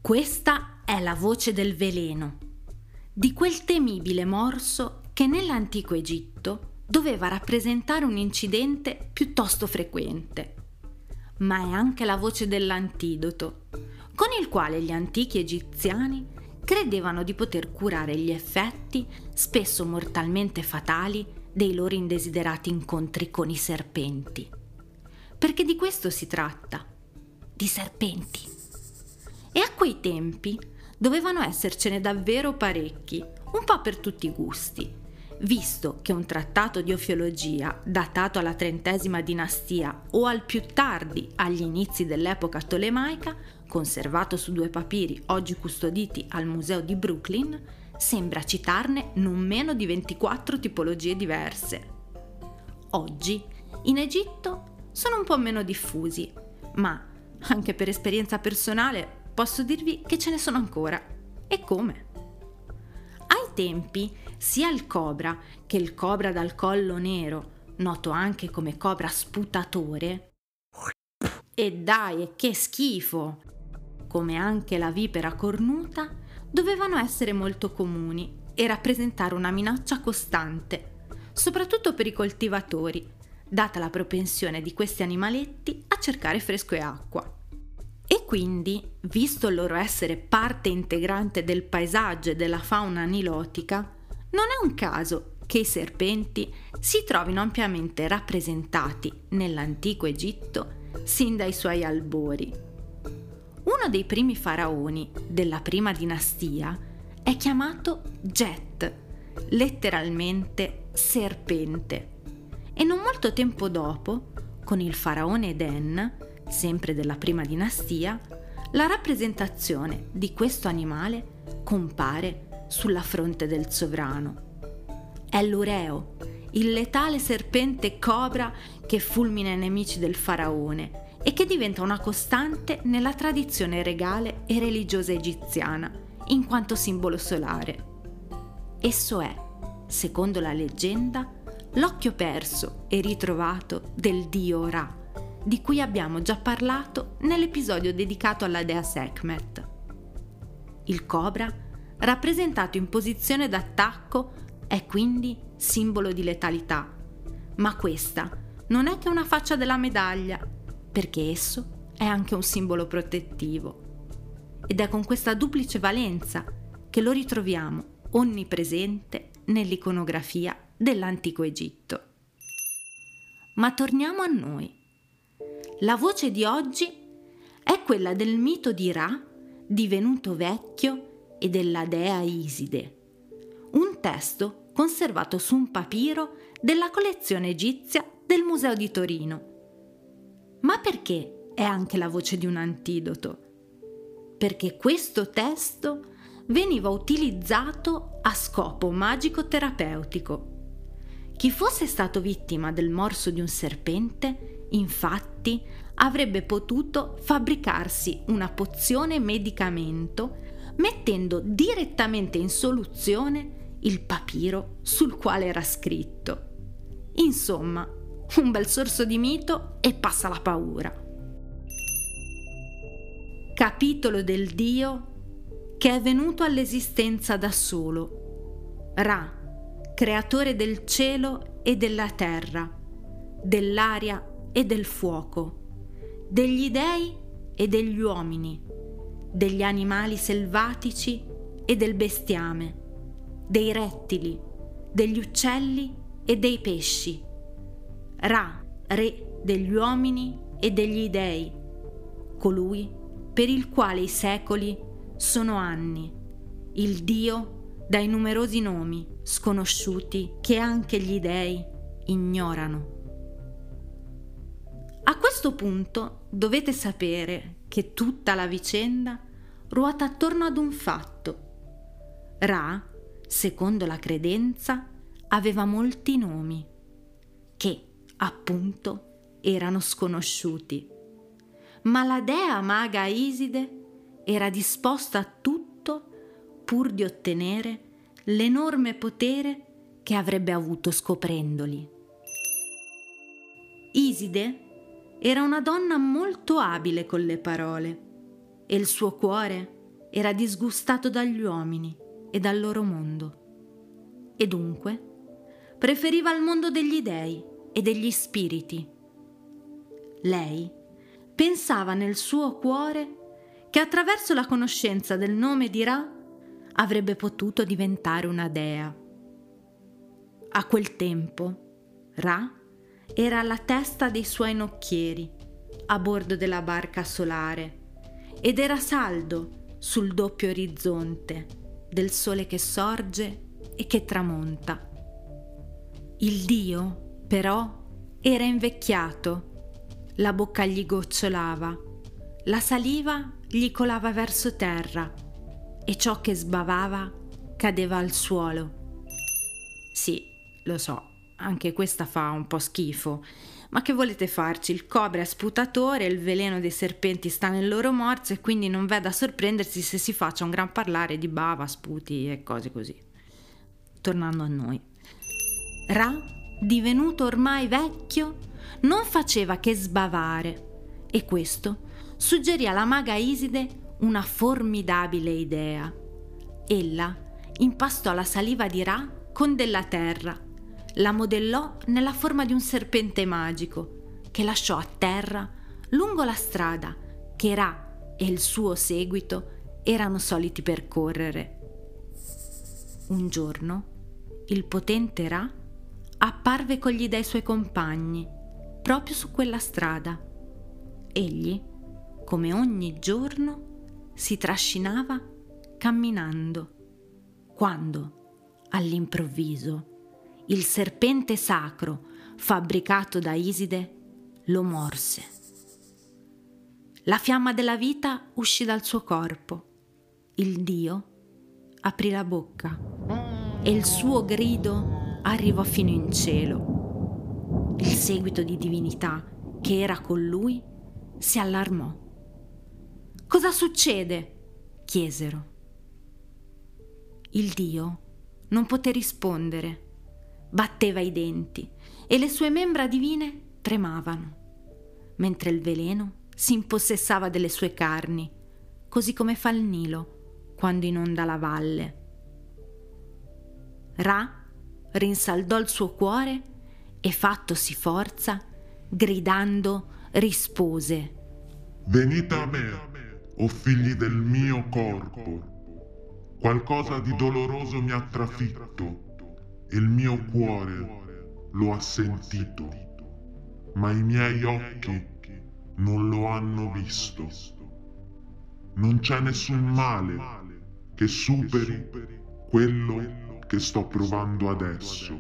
Questa è la voce del veleno, di quel temibile morso che nell'antico Egitto doveva rappresentare un incidente piuttosto frequente. Ma è anche la voce dell'antidoto, con il quale gli antichi egiziani credevano di poter curare gli effetti, spesso mortalmente fatali, dei loro indesiderati incontri con i serpenti. Perché di questo si tratta, di serpenti. E a quei tempi dovevano essercene davvero parecchi, un po' per tutti i gusti, visto che un trattato di ofiologia datato alla XXX dinastia o al più tardi agli inizi dell'epoca tolemaica, conservato su 2 papiri oggi custoditi al Museo di Brooklyn, sembra citarne non meno di 24 tipologie diverse. Oggi in Egitto sono un po' meno diffusi, ma anche per esperienza personale posso dirvi che ce ne sono ancora. E come? Ai tempi, sia il cobra che il cobra dal collo nero, noto anche come cobra sputatore, e dai, che schifo! Come anche la vipera cornuta, dovevano essere molto comuni e rappresentare una minaccia costante, soprattutto per i coltivatori, data la propensione di questi animaletti a cercare fresco e acqua. E quindi, visto il loro essere parte integrante del paesaggio e della fauna nilotica, non è un caso che i serpenti si trovino ampiamente rappresentati nell'antico Egitto sin dai suoi albori. Uno dei primi faraoni della prima dinastia è chiamato Djet, letteralmente serpente, e non molto tempo dopo, con il faraone Eden, sempre della prima dinastia, la rappresentazione di questo animale compare sulla fronte del sovrano. È l'Ureo, il letale serpente cobra che fulmina i nemici del faraone e che diventa una costante nella tradizione regale e religiosa egiziana, in quanto simbolo solare. Esso è, secondo la leggenda, l'occhio perso e ritrovato del dio Ra, di cui abbiamo già parlato nell'episodio dedicato alla dea Sekhmet. Il cobra, rappresentato in posizione d'attacco, è quindi simbolo di letalità, ma questa non è che una faccia della medaglia, perché esso è anche un simbolo protettivo. Ed è con questa duplice valenza che lo ritroviamo onnipresente nell'iconografia dell'antico Egitto. Ma torniamo a noi. La voce di oggi è quella del mito di Ra, divenuto vecchio, e della dea Iside, un testo conservato su un papiro della collezione egizia del Museo di Torino. Ma perché è anche la voce di un antidoto? Perché questo testo veniva utilizzato a scopo magico-terapeutico. Chi fosse stato vittima del morso di un serpente, infatti, avrebbe potuto fabbricarsi una pozione medicamento mettendo direttamente in soluzione il papiro sul quale era scritto. Insomma, un bel sorso di mito e passa la paura. Capitolo del dio che è venuto all'esistenza da solo. Ra, creatore del cielo e della terra, dell'aria e del fuoco, degli dei e degli uomini, degli animali selvatici e del bestiame, dei rettili, degli uccelli e dei pesci. Ra, re degli uomini e degli dei, colui per il quale i secoli sono anni, il Dio dai numerosi nomi sconosciuti che anche gli dei ignorano. A questo punto dovete sapere che tutta la vicenda ruota attorno ad un fatto. Ra, secondo la credenza, aveva molti nomi, che, appunto, erano sconosciuti. Ma la dea maga Iside era disposta a tutto pur di ottenere l'enorme potere che avrebbe avuto scoprendoli. Iside era una donna molto abile con le parole e il suo cuore era disgustato dagli uomini e dal loro mondo, e dunque preferiva il mondo degli dei e degli spiriti. Lei pensava nel suo cuore che attraverso la conoscenza del nome di Ra avrebbe potuto diventare una dea. A quel tempo Ra era alla testa dei suoi nocchieri a bordo della barca solare ed era saldo sul doppio orizzonte del sole che sorge e che tramonta. Il dio, però, era invecchiato, la bocca gli gocciolava, la saliva gli colava verso terra e ciò che sbavava cadeva al suolo. Sì, lo so, anche questa fa un po' schifo, ma che volete farci? Il cobra è sputatore, il veleno dei serpenti sta nel loro morso e quindi non v'è da sorprendersi se si faccia un gran parlare di bava, sputi e cose così. Tornando a noi. Ra, divenuto ormai vecchio, non faceva che sbavare e questo suggerì alla maga Iside una formidabile idea. Ella impastò la saliva di Ra con della terra, la modellò nella forma di un serpente magico che lasciò a terra lungo la strada che Ra e il suo seguito erano soliti percorrere. Un giorno il potente Ra apparve con gli dei suoi compagni proprio su quella strada. Egli, come ogni giorno, si trascinava camminando, quando, all'improvviso, il serpente sacro fabbricato da Iside lo morse. La fiamma della vita uscì dal suo corpo. Il dio aprì la bocca e il suo grido arrivò fino in cielo. Il seguito di divinità che era con lui si allarmò. «Cosa succede?» chiesero. Il dio non poté rispondere. Batteva i denti e le sue membra divine tremavano, mentre il veleno si impossessava delle sue carni, così come fa il Nilo quando inonda la valle. Ra rinsaldò il suo cuore e, fattosi forza, gridando rispose: «Venite a me, o figli del mio corpo. Qualcosa di doloroso mi ha trafitto e il mio cuore lo ha sentito, ma i miei occhi non lo hanno visto. Non c'è nessun male che superi quello che sto provando adesso.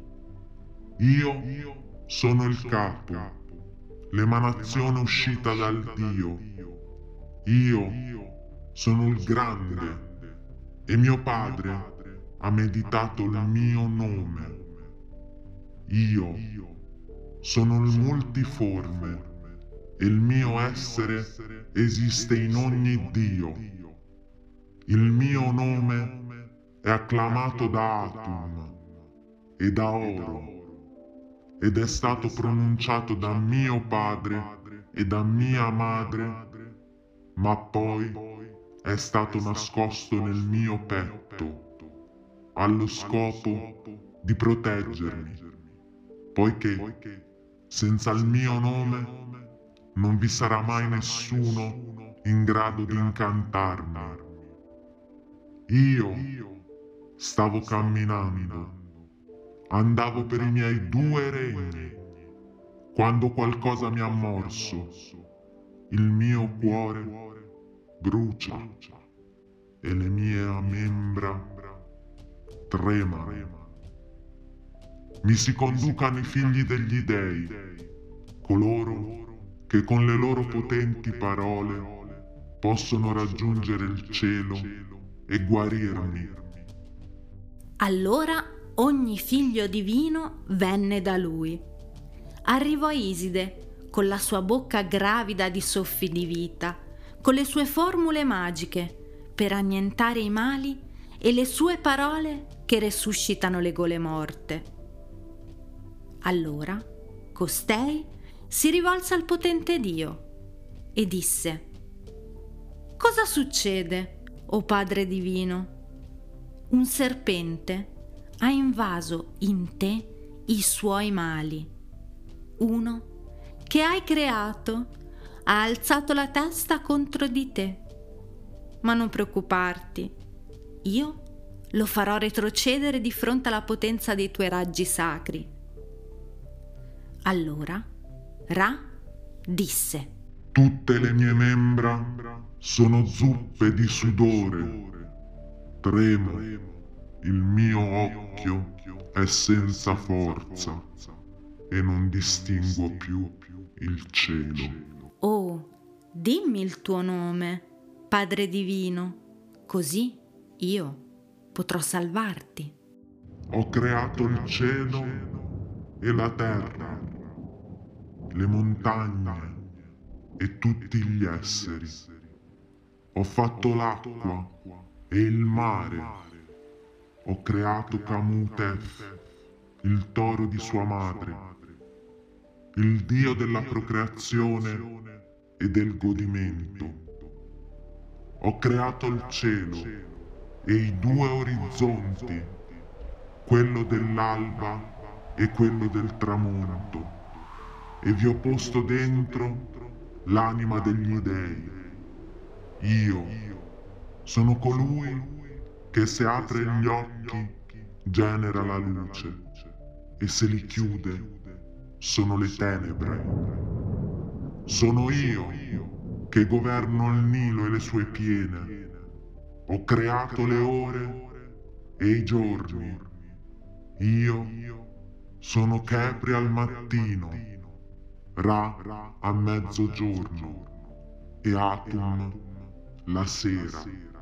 Io sono il capo, l'emanazione uscita dal Dio. Io sono il grande e mio padre ha meditato il mio nome. Io sono il multiforme e il mio essere esiste in ogni Dio. Il mio nome è acclamato da Atum e da Oro ed è stato pronunciato da mio padre e da mia madre, ma poi è stato nascosto nel mio petto allo scopo di proteggermi, poiché senza il mio nome non vi sarà mai nessuno in grado di incantarmi. Io stavo camminando, andavo per i miei 2 regni, quando qualcosa mi ha morso. Il mio cuore brucia e le mie membra tremano. Mi si conducano i figli degli dei, coloro che con le loro potenti parole possono raggiungere il cielo e guarirmi. Allora ogni figlio divino venne da lui. Arrivò Iside con la sua bocca gravida di soffi di vita, con le sue formule magiche per annientare i mali e le sue parole che resuscitano le gole morte. Allora costei si rivolse al potente Dio e disse: «Cosa succede? o Padre Divino. Un serpente ha invaso in te i suoi mali. Uno che hai creato ha alzato la testa contro di te. Ma non preoccuparti, io lo farò retrocedere di fronte alla potenza dei tuoi raggi sacri. Allora Ra disse: tutte le mie membra sono zuppe di sudore. Tremo, il mio occhio è senza forza e non distinguo più il cielo. Oh, dimmi il tuo nome, Padre Divino, così io potrò salvarti. Ho creato il cielo e la terra, le montagne e tutti gli esseri. Ho fatto l'acqua e il mare. Ho creato Kamutef, il toro di sua madre, il dio della procreazione e del godimento. Ho creato il cielo e i due orizzonti, quello dell'alba e quello del tramonto, e vi ho posto dentro l'anima degli dei. Io sono colui che se apre gli occhi genera la luce e se li chiude sono le tenebre. Sono io che governo il Nilo e le sue piene. Ho creato le ore e i giorni. Io sono Khepri al mattino, Ra a mezzogiorno e Atum la sera.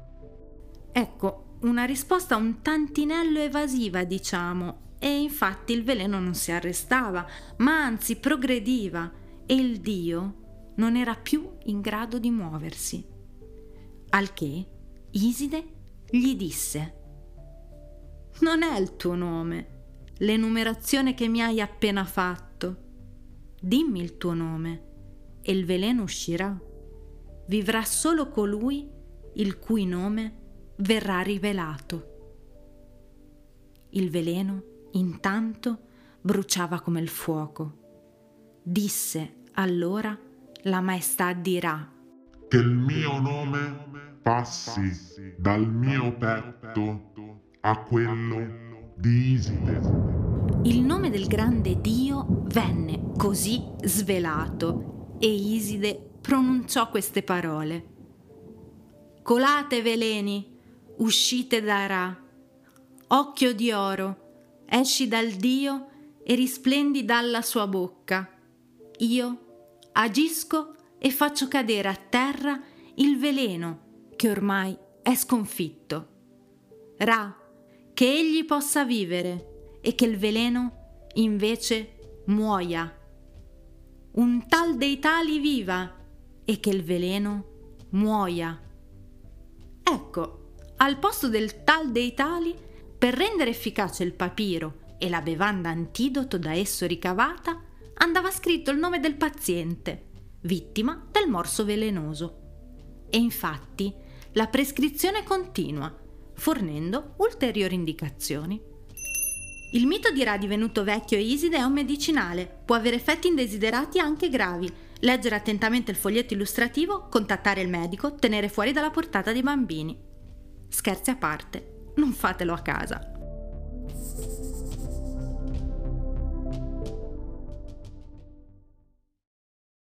Ecco, una risposta un tantinello evasiva, diciamo, e infatti il veleno non si arrestava, ma anzi progrediva, e il dio non era più in grado di muoversi. Al che Iside gli disse: non è il tuo nome, l'enumerazione che mi hai appena fatto. Dimmi il tuo nome e il veleno uscirà. Vivrà solo colui il cui nome verrà rivelato. Il veleno, intanto, bruciava come il fuoco. Disse allora la maestà di Ra: che il mio nome passi dal mio petto a quello di Iside. Il nome del grande dio venne così svelato e Iside pronunciò queste parole: colate veleni, uscite da Ra. Occhio di oro, esci dal dio e risplendi dalla sua bocca. Io agisco e faccio cadere a terra il veleno che ormai è sconfitto. Ra, che egli possa vivere e che il veleno invece muoia. Un tal dei tali viva e che il veleno muoia. Ecco, al posto del tal dei tali, per rendere efficace il papiro e la bevanda antidoto da esso ricavata, andava scritto il nome del paziente, vittima del morso velenoso. E infatti la prescrizione continua, fornendo ulteriori indicazioni. Il mito di Ra divenuto vecchio e Iside è un medicinale, può avere effetti indesiderati anche gravi. Leggere attentamente il foglietto illustrativo, contattare il medico, tenere fuori dalla portata dei bambini. Scherzi a parte, non fatelo a casa.